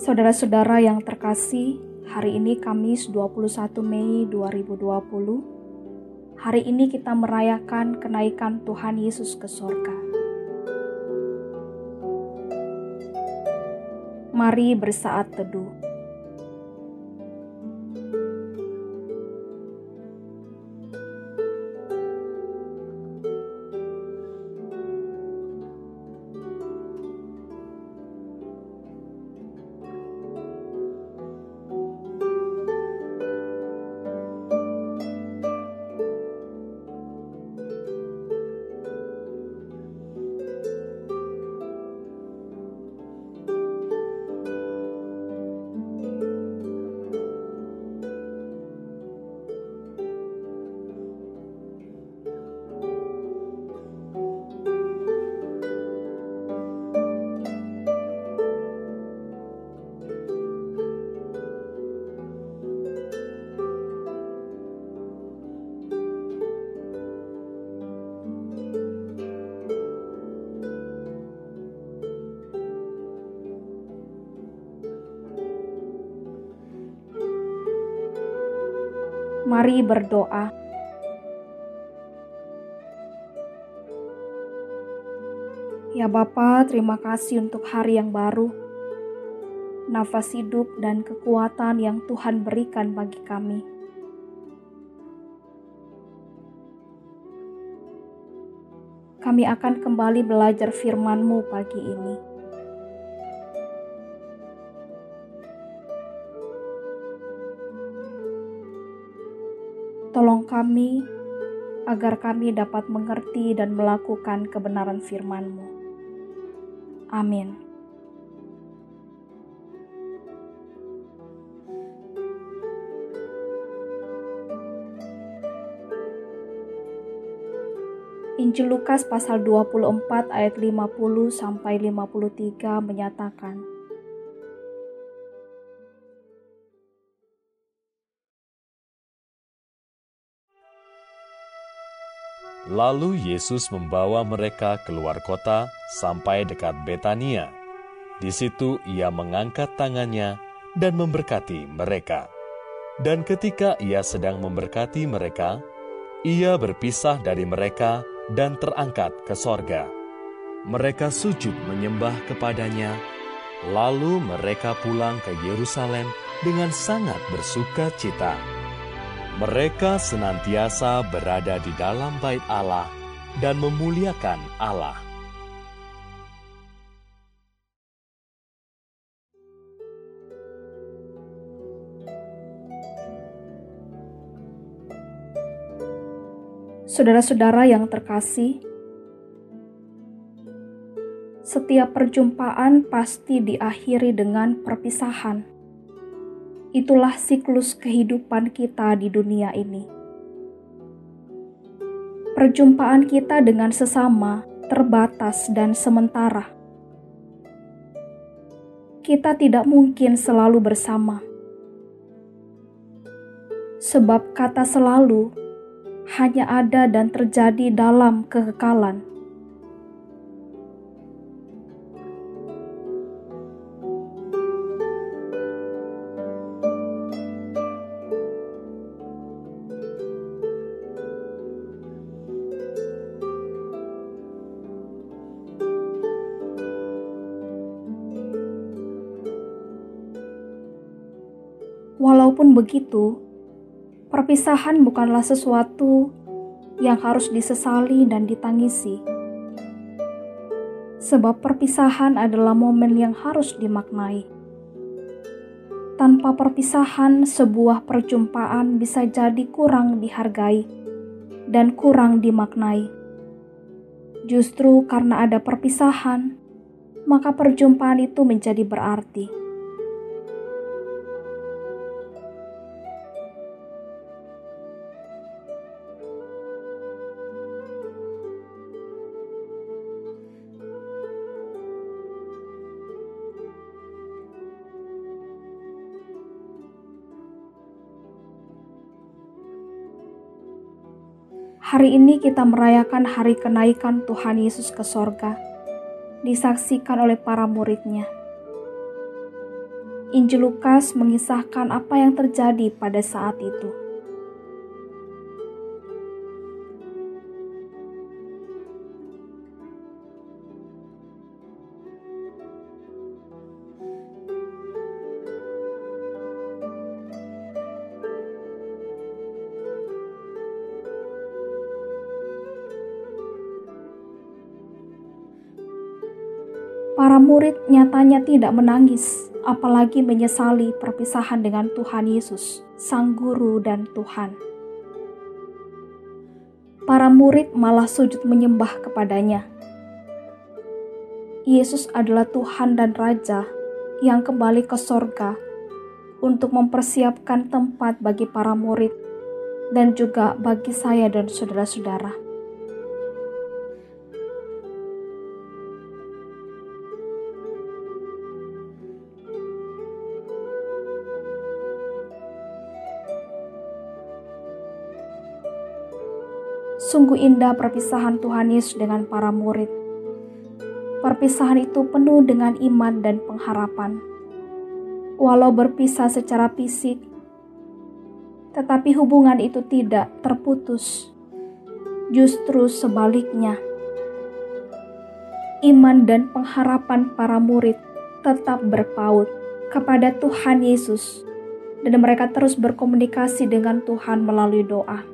Saudara-saudara yang terkasih, hari ini Kamis 21 Mei 2020. Hari ini kita merayakan kenaikan Tuhan Yesus ke sorga. Mari bersaat teduh. Mari berdoa. Ya Bapa, terima kasih untuk hari yang baru, nafas hidup dan kekuatan yang Tuhan berikan bagi kami. Kami akan kembali belajar firman-Mu pagi ini. Tolong kami, agar kami dapat mengerti dan melakukan kebenaran firman-Mu. Amin. Injil Lukas pasal 24 ayat 50 sampai 53 menyatakan, Lalu Yesus membawa mereka keluar kota sampai dekat Betania. Di situ ia mengangkat tangannya dan memberkati mereka. Dan ketika ia sedang memberkati mereka, ia berpisah dari mereka dan terangkat ke sorga. Mereka sujud menyembah kepadanya, lalu mereka pulang ke Yerusalem dengan sangat bersuka cita. Mereka senantiasa berada di dalam bait Allah dan memuliakan Allah. Saudara-saudara yang terkasih, setiap perjumpaan pasti diakhiri dengan perpisahan. Itulah siklus kehidupan kita di dunia ini. Perjumpaan kita dengan sesama terbatas dan sementara. Kita tidak mungkin selalu bersama. Sebab kata selalu hanya ada dan terjadi dalam kekekalan. Walaupun begitu, perpisahan bukanlah sesuatu yang harus disesali dan ditangisi. Sebab perpisahan adalah momen yang harus dimaknai. Tanpa perpisahan, sebuah perjumpaan bisa jadi kurang dihargai dan kurang dimaknai. Justru karena ada perpisahan, maka perjumpaan itu menjadi berarti. Hari ini kita merayakan hari kenaikan Tuhan Yesus ke sorga, disaksikan oleh para murid-Nya. Injil Lukas mengisahkan apa yang terjadi pada saat itu. Para murid nyatanya tidak menangis, apalagi menyesali perpisahan dengan Tuhan Yesus, Sang Guru dan Tuhan. Para murid malah sujud menyembah kepadanya. Yesus adalah Tuhan dan Raja yang kembali ke sorga untuk mempersiapkan tempat bagi para murid dan juga bagi saya dan saudara-saudara. Sungguh indah perpisahan Tuhan Yesus dengan para murid. Perpisahan itu penuh dengan iman dan pengharapan. Walau berpisah secara fisik, tetapi hubungan itu tidak terputus. Justru sebaliknya, iman dan pengharapan para murid tetap berpaut kepada Tuhan Yesus, dan mereka terus berkomunikasi dengan Tuhan melalui doa.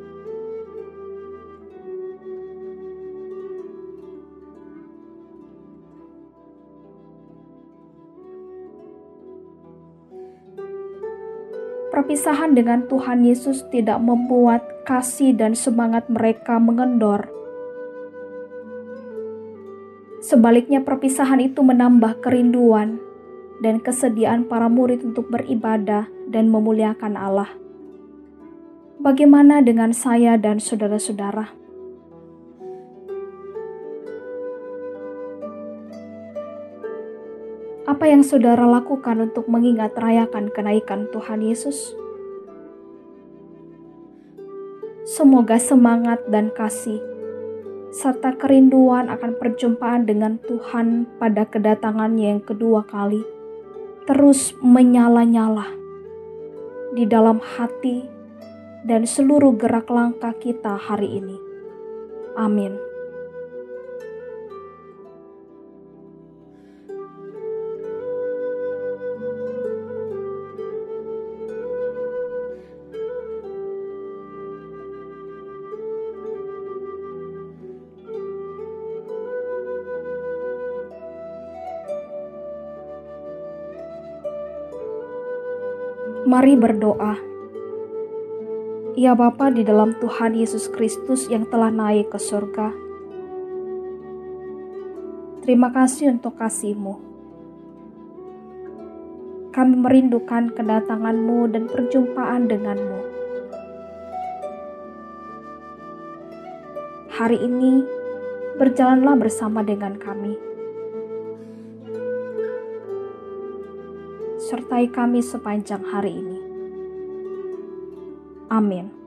Perpisahan dengan Tuhan Yesus tidak membuat kasih dan semangat mereka mengendor. Sebaliknya, perpisahan itu menambah kerinduan dan kesediaan para murid untuk beribadah dan memuliakan Allah. Bagaimana dengan saya dan saudara-saudara? Apa yang saudara lakukan untuk mengingat rayakan kenaikan Tuhan Yesus? Semoga semangat dan kasih, serta kerinduan akan perjumpaan dengan Tuhan pada kedatangannya yang kedua kali, terus menyala-nyala di dalam hati dan seluruh gerak langkah kita hari ini. Amin. Mari berdoa. Ya Bapa di dalam Tuhan Yesus Kristus yang telah naik ke surga, terima kasih untuk kasih-Mu. Kami merindukan kedatangan-Mu dan perjumpaan dengan-Mu. Hari ini, berjalanlah bersama dengan kami. Sertai kami sepanjang hari ini. Amin.